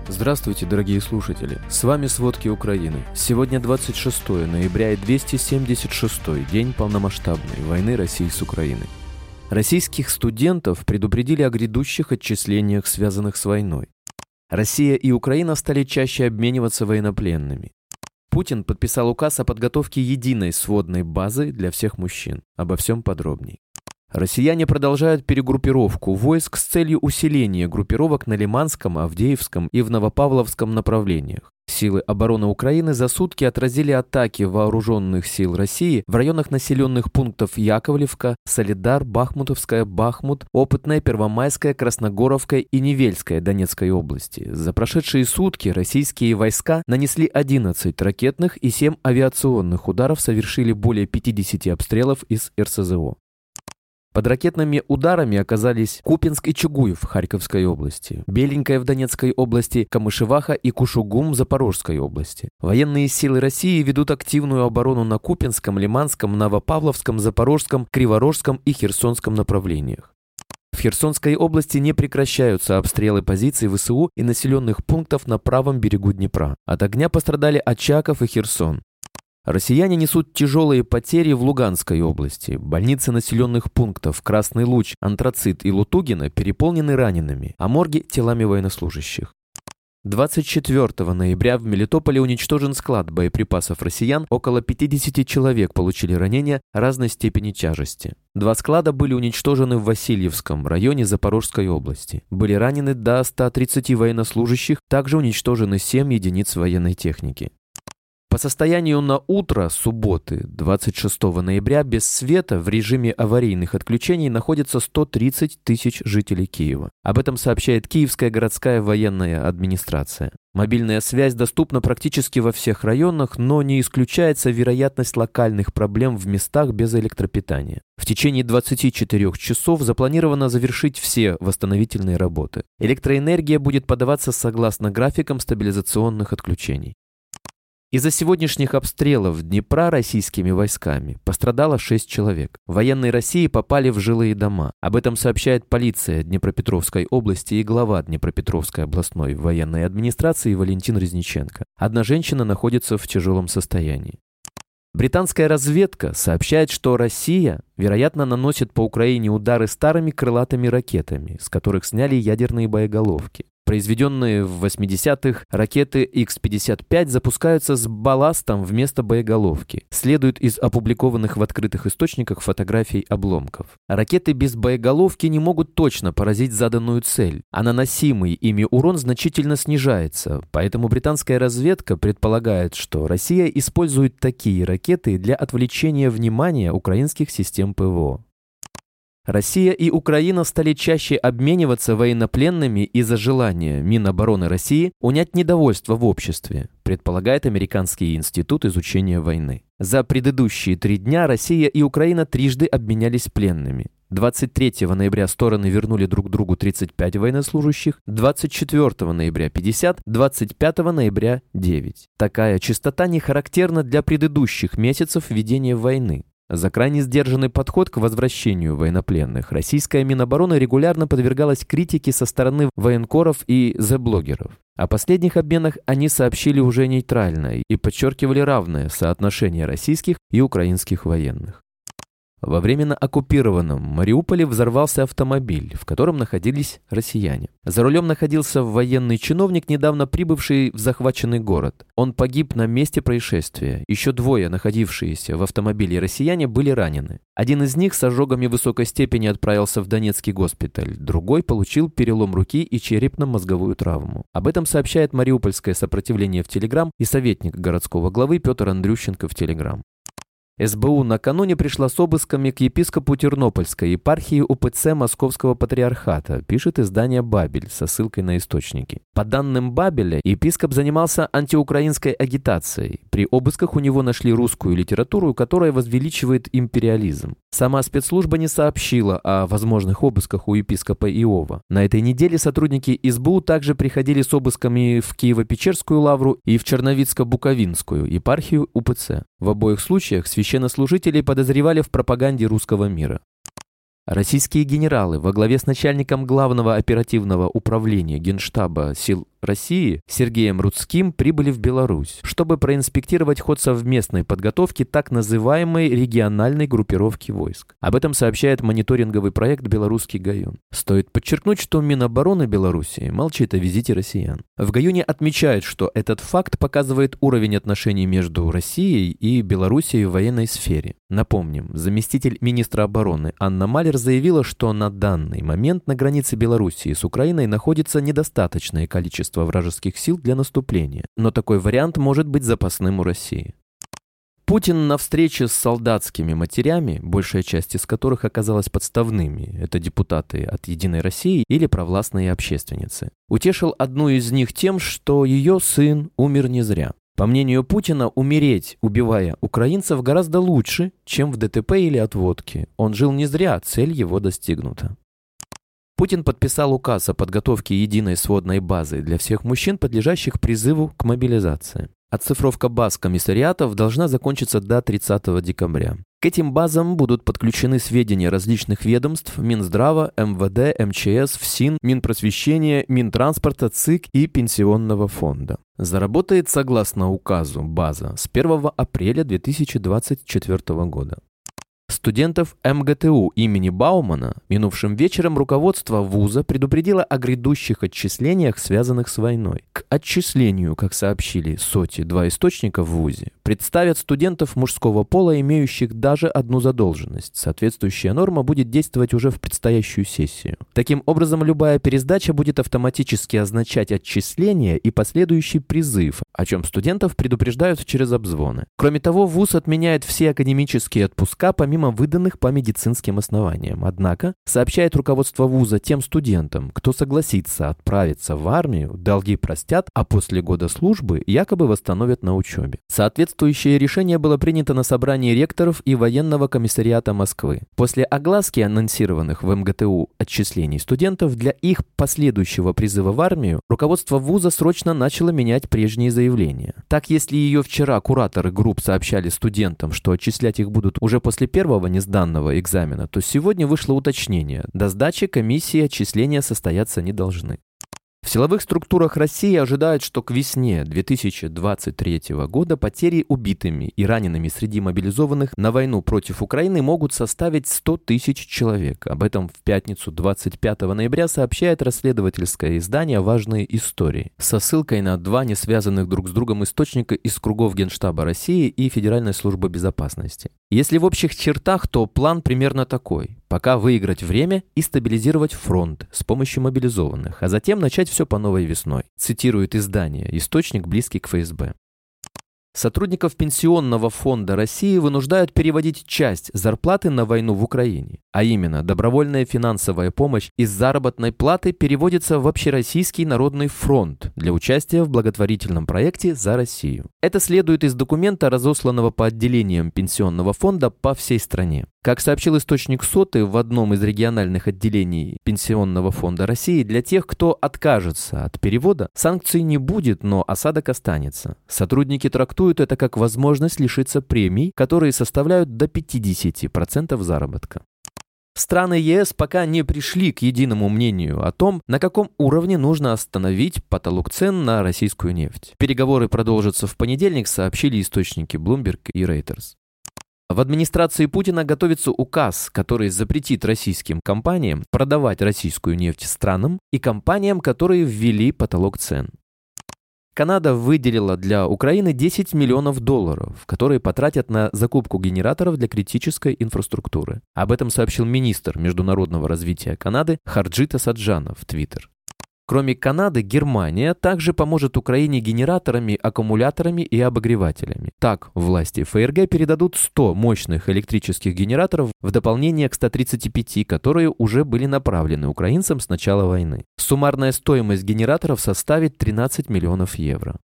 Здравствуйте, дорогие слушатели! С вами «Сводки Украины». Сегодня 26 ноября и 276-й день полномасштабной войны России с Украиной. Российских студентов предупредили о грядущих отчислениях, связанных с войной. Россия и Украина стали чаще обмениваться военнопленными. Путин подписал указ о подготовке единой сводной базы для всех мужчин. Обо всем подробней. Россияне продолжают перегруппировку войск с целью усиления группировок на Лиманском, Авдеевском и в Новопавловском направлениях. Силы обороны Украины за сутки отразили атаки вооруженных сил России в районах населенных пунктов Яковлевка, Солидар, Бахмутовская, Бахмут, Опытная, Первомайская, Красногоровская и Невельская Донецкой области. За прошедшие сутки российские войска нанесли 11 ракетных и 7 авиационных ударов, совершили более 50 обстрелов из РСЗО. Под ракетными ударами оказались Купинск и Чугуев в Харьковской области, Беленькая в Донецкой области, Камышеваха и Кушугум в Запорожской области. Военные силы России ведут активную оборону на Купинском, Лиманском, Новопавловском, Запорожском, Криворожском и Херсонском направлениях. В Херсонской области не прекращаются обстрелы позиций ВСУ и населенных пунктов на правом берегу Днепра. От огня пострадали Очаков и Херсон. Россияне несут тяжелые потери в Луганской области. Больницы населенных пунктов Красный Луч, Антрацит и Лутугино переполнены ранеными, а морги – телами военнослужащих. 24 ноября в Мелитополе уничтожен склад боеприпасов россиян. Около 50 человек получили ранения разной степени тяжести. 2 склада были уничтожены в Васильевском районе Запорожской области. Были ранены до 130 военнослужащих, также уничтожены 7 единиц военной техники. По состоянию на утро субботы, 26 ноября, без света в режиме аварийных отключений находится 130 тысяч жителей Киева. Об этом сообщает Киевская городская военная администрация. Мобильная связь доступна практически во всех районах, но не исключается вероятность локальных проблем в местах без электропитания. В течение 24 часов запланировано завершить все восстановительные работы. Электроэнергия будет подаваться согласно графикам стабилизационных отключений. Из-за сегодняшних обстрелов Днепра российскими войсками пострадало 6 человек. Военные России попали в жилые дома. Об этом сообщает полиция Днепропетровской области и глава Днепропетровской областной военной администрации Валентин Резниченко. Одна женщина находится в тяжелом состоянии. Британская разведка сообщает, что Россия, вероятно, наносит по Украине удары старыми крылатыми ракетами, с которых сняли ядерные боеголовки. Произведенные в 80-х ракеты Х-55 запускаются с балластом вместо боеголовки. Следует из опубликованных в открытых источниках фотографий обломков. Ракеты без боеголовки не могут точно поразить заданную цель, а наносимый ими урон значительно снижается. Поэтому британская разведка предполагает, что Россия использует такие ракеты для отвлечения внимания украинских систем ПВО. Россия и Украина стали чаще обмениваться военнопленными из-за желания Минобороны России унять недовольство в обществе, предполагает Американский институт изучения войны. За предыдущие 3 дня Россия и Украина трижды обменялись пленными. 23 ноября стороны вернули друг другу 35 военнослужащих, 24 ноября 50, 25 ноября 9. Такая частота не характерна для предыдущих месяцев ведения войны. За крайне сдержанный подход к возвращению военнопленных российская Минобороны регулярно подвергалась критике со стороны военкоров и зе-блогеров. О последних обменах они сообщили уже нейтрально и подчеркивали равное соотношение российских и украинских военных. Во временно оккупированном Мариуполе взорвался автомобиль, в котором находились россияне. За рулем находился военный чиновник, недавно прибывший в захваченный город. Он погиб на месте происшествия. Еще 2 находившиеся в автомобиле россияне были ранены. Один из них с ожогами высокой степени отправился в Донецкий госпиталь, другой получил перелом руки и черепно-мозговую травму. Об этом сообщает Мариупольское сопротивление в Телеграм и советник городского главы Петр Андрющенко в Телеграм. СБУ накануне пришла с обысками к епископу Тернопольской епархии УПЦ Московского Патриархата, пишет издание «Бабель» со ссылкой на источники. По данным Бабеля, епископ занимался антиукраинской агитацией. При обысках у него нашли русскую литературу, которая возвеличивает империализм. Сама спецслужба не сообщила о возможных обысках у епископа Иова. На этой неделе сотрудники СБУ также приходили с обысками в Киево-Печерскую лавру и в Черновицко-Буковинскую епархию УПЦ. В обоих случаях священнослужителей подозревали в пропаганде русского мира. Российские генералы во главе с начальником Главного оперативного управления Генштаба сил России Сергеем Рудским прибыли в Беларусь, чтобы проинспектировать ход совместной подготовки так называемой региональной группировки войск. Об этом сообщает мониторинговый проект «Белорусский Гаюн». Стоит подчеркнуть, что Минобороны Беларуси молчит о визите россиян. В Гаюне отмечают, что этот факт показывает уровень отношений между Россией и Белоруссией в военной сфере. Напомним, заместитель министра обороны Анна Малер заявила, что на данный момент на границе Белоруссии с Украиной находится недостаточное количество вражеских сил для наступления, но такой вариант может быть запасным у России. Путин на встрече с солдатскими матерями, большая часть из которых оказалась подставными, это депутаты от «Единой России» или провластные общественницы, утешил одну из них тем, что ее сын умер не зря. По мнению Путина, умереть, убивая украинцев, гораздо лучше, чем в ДТП или отводке. Он жил не зря, цель его достигнута. Путин подписал указ о подготовке единой сводной базы для всех мужчин, подлежащих призыву к мобилизации. Оцифровка баз комиссариатов должна закончиться до 30 декабря. К этим базам будут подключены сведения различных ведомств: Минздрава, МВД, МЧС, ФСИН, Минпросвещения, Минтранспорта, ЦИК и Пенсионного фонда. Заработает, согласно указу, база с 1 апреля 2024 года. Студентов МГТУ имени Баумана минувшим вечером руководство вуза предупредило о грядущих отчислениях, связанных с войной. К отчислению, как сообщили СОТИ, 2 источника в вузе, представят студентов мужского пола, имеющих даже одну задолженность. Соответствующая норма будет действовать уже в предстоящую сессию. Таким образом, любая пересдача будет автоматически означать отчисление и последующий призыв, о чем студентов предупреждают через обзвоны. Кроме того, вуз отменяет все академические отпуска, помимо выданных по медицинским основаниям. Однако, сообщает руководство вуза, тем студентам, кто согласится отправиться в армию, долги простят, а после года службы якобы восстановят на учебе. Соответствующее решение было принято на собрании ректоров и военного комиссариата Москвы. После огласки анонсированных в МГТУ отчислений студентов для их последующего призыва в армию, руководство вуза срочно начало менять прежние заявления. Так, если ее вчера кураторы групп сообщали студентам, что отчислять их будут уже после первого несданного экзамена, то сегодня вышло уточнение: до сдачи комиссии отчисления состояться не должны. В силовых структурах России ожидают, что к весне 2023 года потери убитыми и ранеными среди мобилизованных на войну против Украины могут составить 100 тысяч человек. Об этом в пятницу 25 ноября сообщает расследовательское издание «Важные истории» со ссылкой на 2 несвязанных друг с другом источника из кругов Генштаба России и Федеральной службы безопасности. Если в общих чертах, то план примерно такой: пока выиграть время и стабилизировать фронт с помощью мобилизованных, а затем начать все по новой весной, цитирует издание, источник близкий к ФСБ. Сотрудников Пенсионного фонда России вынуждают переводить часть зарплаты на войну в Украине, а именно добровольная финансовая помощь из заработной платы переводится в Общероссийский народный фронт для участия в благотворительном проекте «За Россию». Это следует из документа, разосланного по отделениям Пенсионного фонда по всей стране. Как сообщил источник СОТы, в одном из региональных отделений Пенсионного фонда России для тех, кто откажется от перевода, санкций не будет, но осадок останется. Сотрудники трактуют это как возможность лишиться премий, которые составляют до 50% заработка. Страны ЕС пока не пришли к единому мнению о том, на каком уровне нужно остановить потолок цен на российскую нефть. Переговоры продолжатся в понедельник, сообщили источники Bloomberg и Reuters. В администрации Путина готовится указ, который запретит российским компаниям продавать российскую нефть странам и компаниям, которые ввели потолок цен. Канада выделила для Украины $10 миллионов, которые потратят на закупку генераторов для критической инфраструктуры. Об этом сообщил министр международного развития Канады Харджита Саджана в Твиттер. Кроме Канады, Германия также поможет Украине генераторами, аккумуляторами и обогревателями. Так, власти ФРГ передадут 100 мощных электрических генераторов в дополнение к 135, которые уже были направлены украинцам с начала войны. Суммарная стоимость генераторов составит 13 миллионов евро.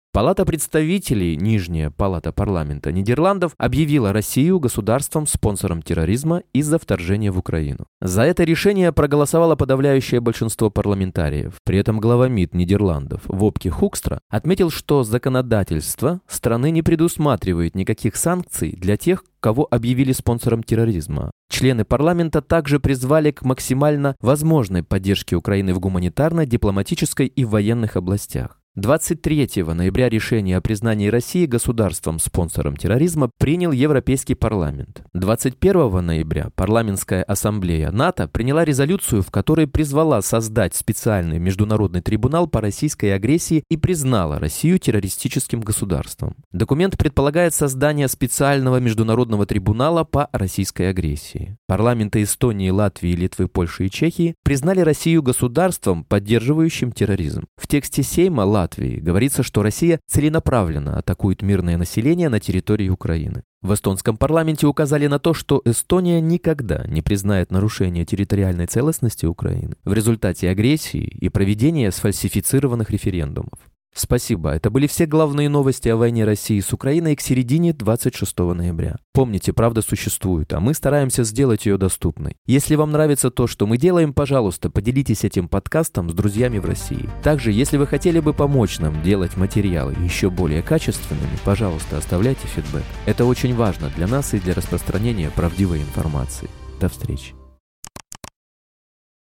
Палата представителей, нижняя палата парламента Нидерландов, объявила Россию государством-спонсором терроризма из-за вторжения в Украину. За это решение проголосовало подавляющее большинство парламентариев. При этом глава МИД Нидерландов Вопке Хукстра отметил, что законодательство страны не предусматривает никаких санкций для тех, кого объявили спонсором терроризма. Члены парламента также призвали к максимально возможной поддержке Украины в гуманитарной, дипломатической и военных областях. 23 ноября решение о признании России государством-спонсором терроризма принял Европейский парламент. 21 ноября парламентская ассамблея НАТО приняла резолюцию, в которой призвала создать специальный международный трибунал по российской агрессии и признала Россию террористическим государством. Документ предполагает создание специального международного трибунала по российской агрессии. Парламенты Эстонии, Латвии, Литвы, Польши и Чехии признали Россию государством, поддерживающим терроризм. В тексте Сейма Латвии говорится, что Россия целенаправленно атакует мирное население на территории Украины. В эстонском парламенте указали на то, что Эстония никогда не признает нарушение территориальной целостности Украины в результате агрессии и проведения сфальсифицированных референдумов. Спасибо. Это были все главные новости о войне России с Украиной к середине 26 ноября. Помните, правда существует, а мы стараемся сделать ее доступной. Если вам нравится то, что мы делаем, пожалуйста, поделитесь этим подкастом с друзьями в России. Также, если вы хотели бы помочь нам делать материалы еще более качественными, пожалуйста, оставляйте фидбэк. Это очень важно для нас и для распространения правдивой информации. До встречи.